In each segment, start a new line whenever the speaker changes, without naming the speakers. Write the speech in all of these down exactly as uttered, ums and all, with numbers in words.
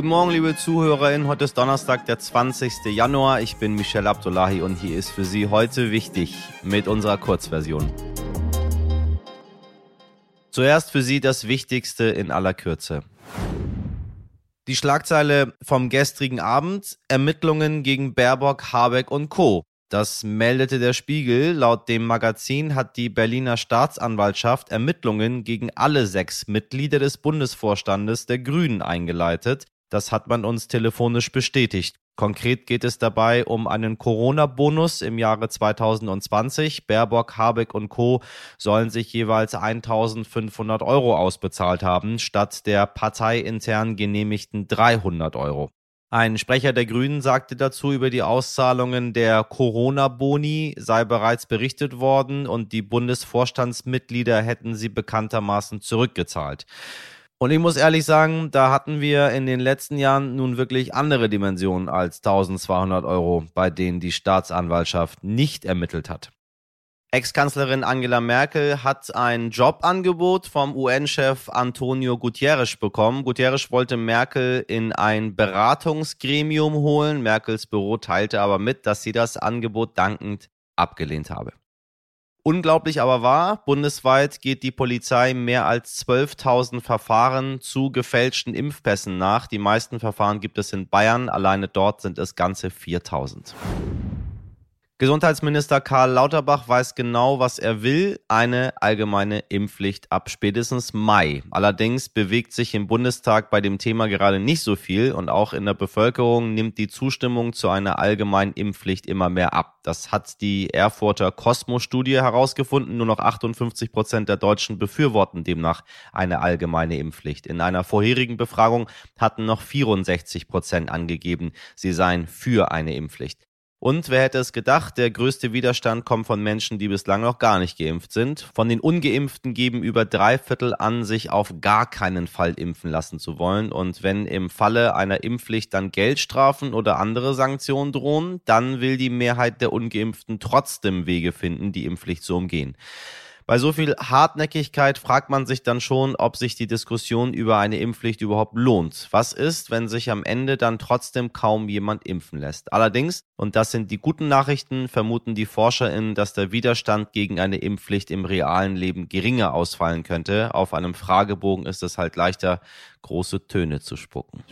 Guten Morgen, liebe ZuhörerInnen. Heute ist Donnerstag, der zwanzigsten Januar. Ich bin Michel Abdullahi und hier ist für Sie heute wichtig mit unserer Kurzversion. Zuerst für Sie das Wichtigste in aller Kürze. Die Schlagzeile vom gestrigen Abend: Ermittlungen gegen Baerbock, Habeck und Co. Das meldete der Spiegel. Laut dem Magazin hat die Berliner Staatsanwaltschaft Ermittlungen gegen alle sechs Mitglieder des Bundesvorstandes der Grünen eingeleitet. Das hat man uns telefonisch bestätigt. Konkret geht es dabei um einen Corona-Bonus im Jahre zweitausendzwanzig. Baerbock, Habeck und Co. sollen sich jeweils eintausendfünfhundert Euro ausbezahlt haben, statt der parteiintern genehmigten dreihundert Euro. Ein Sprecher der Grünen sagte dazu, über die Auszahlungen der Corona-Boni sei bereits berichtet worden und die Bundesvorstandsmitglieder hätten sie bekanntermaßen zurückgezahlt. Und ich muss ehrlich sagen, da hatten wir in den letzten Jahren nun wirklich andere Dimensionen als eintausendzweihundert Euro, bei denen die Staatsanwaltschaft nicht ermittelt hat. Ex-Kanzlerin Angela Merkel hat ein Jobangebot vom U N-Chef Antonio Guterres bekommen. Guterres wollte Merkel in ein Beratungsgremium holen. Merkels Büro teilte aber mit, dass sie das Angebot dankend abgelehnt habe. Unglaublich aber wahr: Bundesweit geht die Polizei mehr als zwölftausend Verfahren zu gefälschten Impfpässen nach. Die meisten Verfahren gibt es in Bayern, alleine dort sind es ganze viertausend. Gesundheitsminister Karl Lauterbach weiß genau, was er will: eine allgemeine Impfpflicht ab spätestens Mai. Allerdings bewegt sich im Bundestag bei dem Thema gerade nicht so viel und auch in der Bevölkerung nimmt die Zustimmung zu einer allgemeinen Impfpflicht immer mehr ab. Das hat die Erfurter Cosmo-Studie herausgefunden. Nur noch achtundfünfzig Prozent der Deutschen befürworten demnach eine allgemeine Impfpflicht. In einer vorherigen Befragung hatten noch vierundsechzig Prozent angegeben, sie seien für eine Impfpflicht. Und wer hätte es gedacht, der größte Widerstand kommt von Menschen, die bislang noch gar nicht geimpft sind. Von den Ungeimpften geben über drei Viertel an, sich auf gar keinen Fall impfen lassen zu wollen. Und wenn im Falle einer Impfpflicht dann Geldstrafen oder andere Sanktionen drohen, dann will die Mehrheit der Ungeimpften trotzdem Wege finden, die Impfpflicht zu umgehen. Bei so viel Hartnäckigkeit fragt man sich dann schon, ob sich die Diskussion über eine Impfpflicht überhaupt lohnt. Was ist, wenn sich am Ende dann trotzdem kaum jemand impfen lässt? Allerdings, und das sind die guten Nachrichten, vermuten die ForscherInnen, dass der Widerstand gegen eine Impfpflicht im realen Leben geringer ausfallen könnte. Auf einem Fragebogen ist es halt leichter, große Töne zu spucken.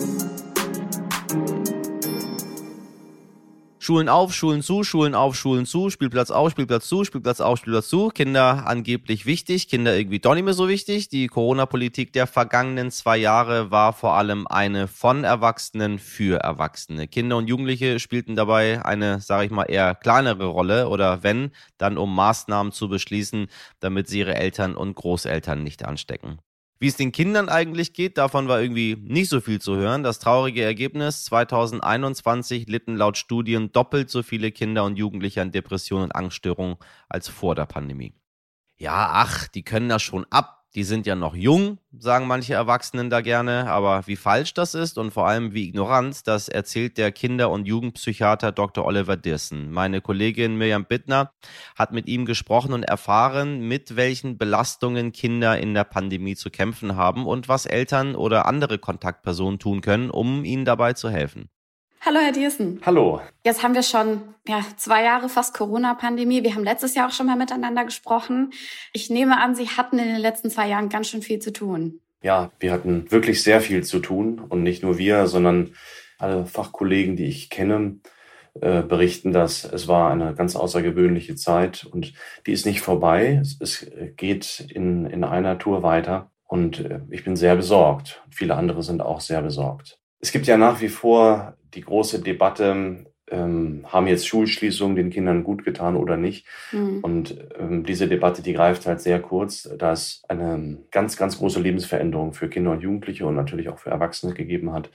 Schulen auf, Schulen zu, Schulen auf, Schulen zu, Spielplatz auf, Spielplatz zu, Spielplatz auf, Spielplatz zu. Kinder angeblich wichtig, Kinder irgendwie doch nicht mehr so wichtig. Die Corona-Politik der vergangenen zwei Jahre war vor allem eine von Erwachsenen für Erwachsene. Kinder und Jugendliche spielten dabei eine, sage ich mal, eher kleinere Rolle oder wenn, dann um Maßnahmen zu beschließen, damit sie ihre Eltern und Großeltern nicht anstecken. Wie es den Kindern eigentlich geht, davon war irgendwie nicht so viel zu hören. Das traurige Ergebnis: zweitausendeinundzwanzig litten laut Studien doppelt so viele Kinder und Jugendliche an Depressionen und Angststörungen als vor der Pandemie. Ja, ach, die können das schon ab. Die sind ja noch jung, sagen manche Erwachsenen da gerne. Aber wie falsch das ist und vor allem wie ignorant, das erzählt der Kinder- und Jugendpsychiater Doktor Oliver Dirssen. Meine Kollegin Mirjam Bittner hat mit ihm gesprochen und erfahren, mit welchen Belastungen Kinder in der Pandemie zu kämpfen haben und was Eltern oder andere Kontaktpersonen tun können, um ihnen dabei zu helfen.
Hallo, Herr Dirssen.
Hallo.
Jetzt haben wir schon ja, zwei Jahre fast Corona-Pandemie. Wir haben letztes Jahr auch schon mal miteinander gesprochen. Ich nehme an, Sie hatten in den letzten zwei Jahren ganz schön viel zu tun.
Ja, wir hatten wirklich sehr viel zu tun. Und nicht nur wir, sondern alle Fachkollegen, die ich kenne, äh, berichten, dass es war eine ganz außergewöhnliche Zeit. Und die ist nicht vorbei. Es, es geht in, in einer Tour weiter. Und äh, ich bin sehr besorgt. Viele andere sind auch sehr besorgt. Es gibt ja nach wie vor die große Debatte, ähm, haben jetzt Schulschließungen den Kindern gut getan oder nicht? Mhm. Und ähm, diese Debatte, die greift halt sehr kurz, da es eine ganz, ganz große Lebensveränderung für Kinder und Jugendliche und natürlich auch für Erwachsene gegeben hat.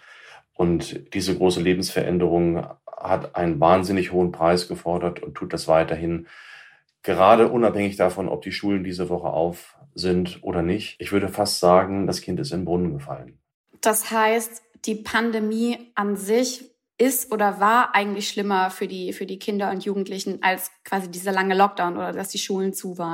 Und diese große Lebensveränderung hat einen wahnsinnig hohen Preis gefordert und tut das weiterhin. Gerade unabhängig davon, ob die Schulen diese Woche auf sind oder nicht. Ich würde fast sagen, das Kind ist in den Brunnen gefallen.
Das heißt, die Pandemie an sich ist oder war eigentlich schlimmer für die, für die Kinder und Jugendlichen als quasi dieser lange Lockdown oder dass die Schulen zu waren?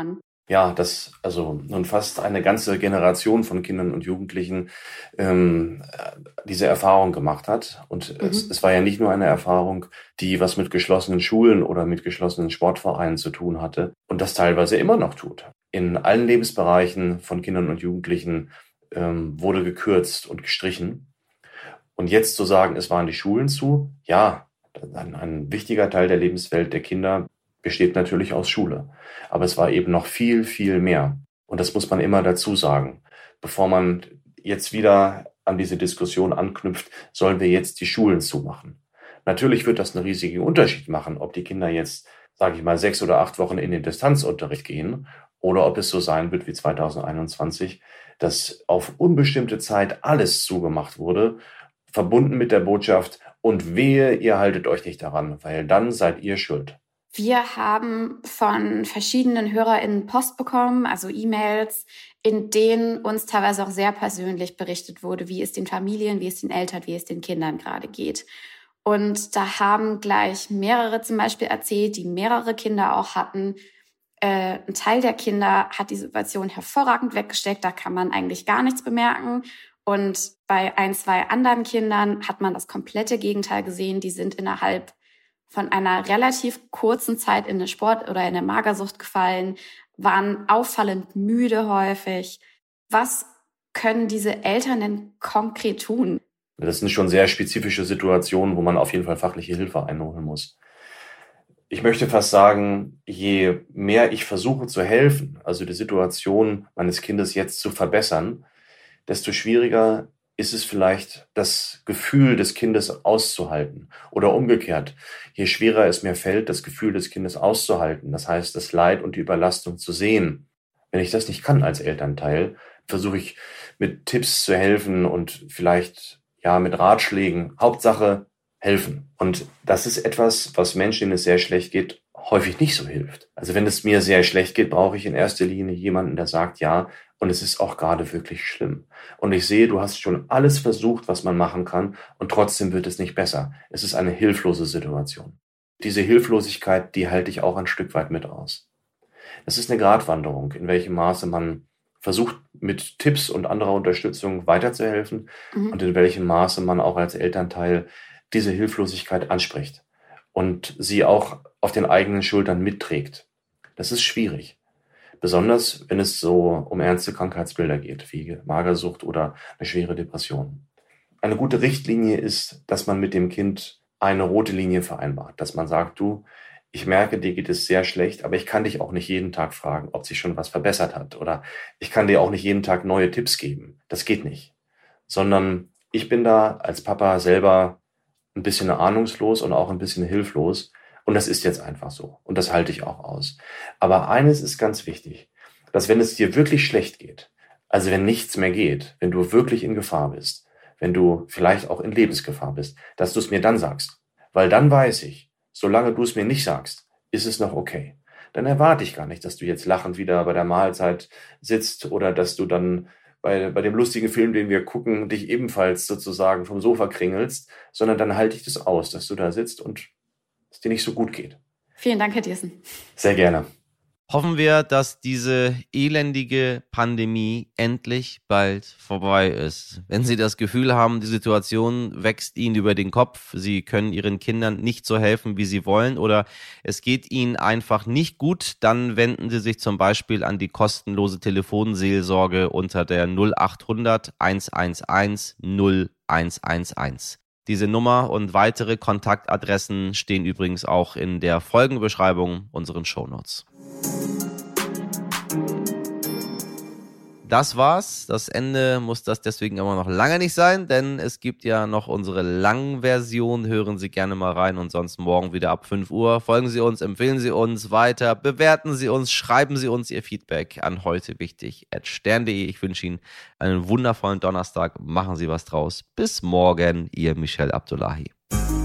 ja, dass also nun fast eine ganze Generation von Kindern und Jugendlichen ähm, diese Erfahrung gemacht hat. Und mhm. es, es war ja nicht nur eine Erfahrung, die was mit geschlossenen Schulen oder mit geschlossenen Sportvereinen zu tun hatte und das teilweise immer noch tut. In allen Lebensbereichen von Kindern und Jugendlichen ähm, wurde gekürzt und gestrichen. Und jetzt zu sagen, es waren die Schulen zu, ja, ein, ein wichtiger Teil der Lebenswelt der Kinder besteht natürlich aus Schule. Aber es war eben noch viel, viel mehr. Und das muss man immer dazu sagen. Bevor man jetzt wieder an diese Diskussion anknüpft, sollen wir jetzt die Schulen zumachen. Natürlich wird das einen riesigen Unterschied machen, ob die Kinder jetzt, sage ich mal, sechs oder acht Wochen in den Distanzunterricht gehen oder ob es so sein wird wie zwanzig einundzwanzig, dass auf unbestimmte Zeit alles zugemacht wurde, verbunden mit der Botschaft, und wehe, ihr haltet euch nicht daran, weil dann seid ihr schuld.
Wir haben von verschiedenen HörerInnen Post bekommen, also E-Mails, in denen uns teilweise auch sehr persönlich berichtet wurde, wie es den Familien, wie es den Eltern, wie es den Kindern gerade geht. Und da haben gleich mehrere zum Beispiel erzählt, die mehrere Kinder auch hatten. Äh, ein Teil der Kinder hat die Situation hervorragend weggesteckt, da kann man eigentlich gar nichts bemerken. Und bei ein, zwei anderen Kindern hat man das komplette Gegenteil gesehen. Die sind innerhalb von einer relativ kurzen Zeit in eine Sport- oder in eine Magersucht gefallen, waren auffallend müde häufig. Was können diese Eltern denn konkret tun?
Das sind schon sehr spezifische Situationen, wo man auf jeden Fall fachliche Hilfe einholen muss. Ich möchte fast sagen, je mehr ich versuche zu helfen, also die Situation meines Kindes jetzt zu verbessern, desto schwieriger ist es vielleicht, das Gefühl des Kindes auszuhalten. Oder umgekehrt, je schwerer es mir fällt, das Gefühl des Kindes auszuhalten, das heißt, das Leid und die Überlastung zu sehen. Wenn ich das nicht kann als Elternteil, versuche ich mit Tipps zu helfen und vielleicht ja mit Ratschlägen. Hauptsache helfen. Und das ist etwas, was Menschen, denen es sehr schlecht geht, häufig nicht so hilft. Also wenn es mir sehr schlecht geht, brauche ich in erster Linie jemanden, der sagt, ja, und es ist auch gerade wirklich schlimm. Und ich sehe, du hast schon alles versucht, was man machen kann, und trotzdem wird es nicht besser. Es ist eine hilflose Situation. Diese Hilflosigkeit, die halte ich auch ein Stück weit mit aus. Es ist eine Gratwanderung, in welchem Maße man versucht, mit Tipps und anderer Unterstützung weiterzuhelfen mhm. und in welchem Maße man auch als Elternteil diese Hilflosigkeit anspricht und sie auch auf den eigenen Schultern mitträgt. Das ist schwierig. Besonders, wenn es so um ernste Krankheitsbilder geht, wie Magersucht oder eine schwere Depression. Eine gute Richtlinie ist, dass man mit dem Kind eine rote Linie vereinbart. Dass man sagt, du, ich merke, dir geht es sehr schlecht, aber ich kann dich auch nicht jeden Tag fragen, ob sich schon was verbessert hat. Oder ich kann dir auch nicht jeden Tag neue Tipps geben. Das geht nicht. Sondern ich bin da als Papa selber ein bisschen ahnungslos und auch ein bisschen hilflos. Und das ist jetzt einfach so. Und das halte ich auch aus. Aber eines ist ganz wichtig, dass wenn es dir wirklich schlecht geht, also wenn nichts mehr geht, wenn du wirklich in Gefahr bist, wenn du vielleicht auch in Lebensgefahr bist, dass du es mir dann sagst. Weil dann weiß ich, solange du es mir nicht sagst, ist es noch okay. Dann erwarte ich gar nicht, dass du jetzt lachend wieder bei der Mahlzeit sitzt oder dass du dann bei, bei dem lustigen Film, den wir gucken, dich ebenfalls sozusagen vom Sofa kringelst, sondern dann halte ich das aus, dass du da sitzt und es dir nicht so gut geht.
Vielen Dank, Herr Diersen.
Sehr gerne.
Hoffen wir, dass diese elendige Pandemie endlich bald vorbei ist. Wenn Sie das Gefühl haben, die Situation wächst Ihnen über den Kopf, Sie können Ihren Kindern nicht so helfen, wie Sie wollen, oder es geht Ihnen einfach nicht gut, dann wenden Sie sich zum Beispiel an die kostenlose Telefonseelsorge unter der null acht hundert eins eins eins null eins eins eins. Diese Nummer und weitere Kontaktadressen stehen übrigens auch in der Folgenbeschreibung unseren Shownotes. Das war's. Das Ende muss das deswegen aber noch lange nicht sein, denn es gibt ja noch unsere Langversion. Hören Sie gerne mal rein und sonst morgen wieder ab fünf Uhr. Folgen Sie uns, empfehlen Sie uns weiter, bewerten Sie uns, schreiben Sie uns Ihr Feedback an heute wichtig at stern punkt de. Ich wünsche Ihnen einen wundervollen Donnerstag. Machen Sie was draus. Bis morgen, Ihr Michel Abdullahi.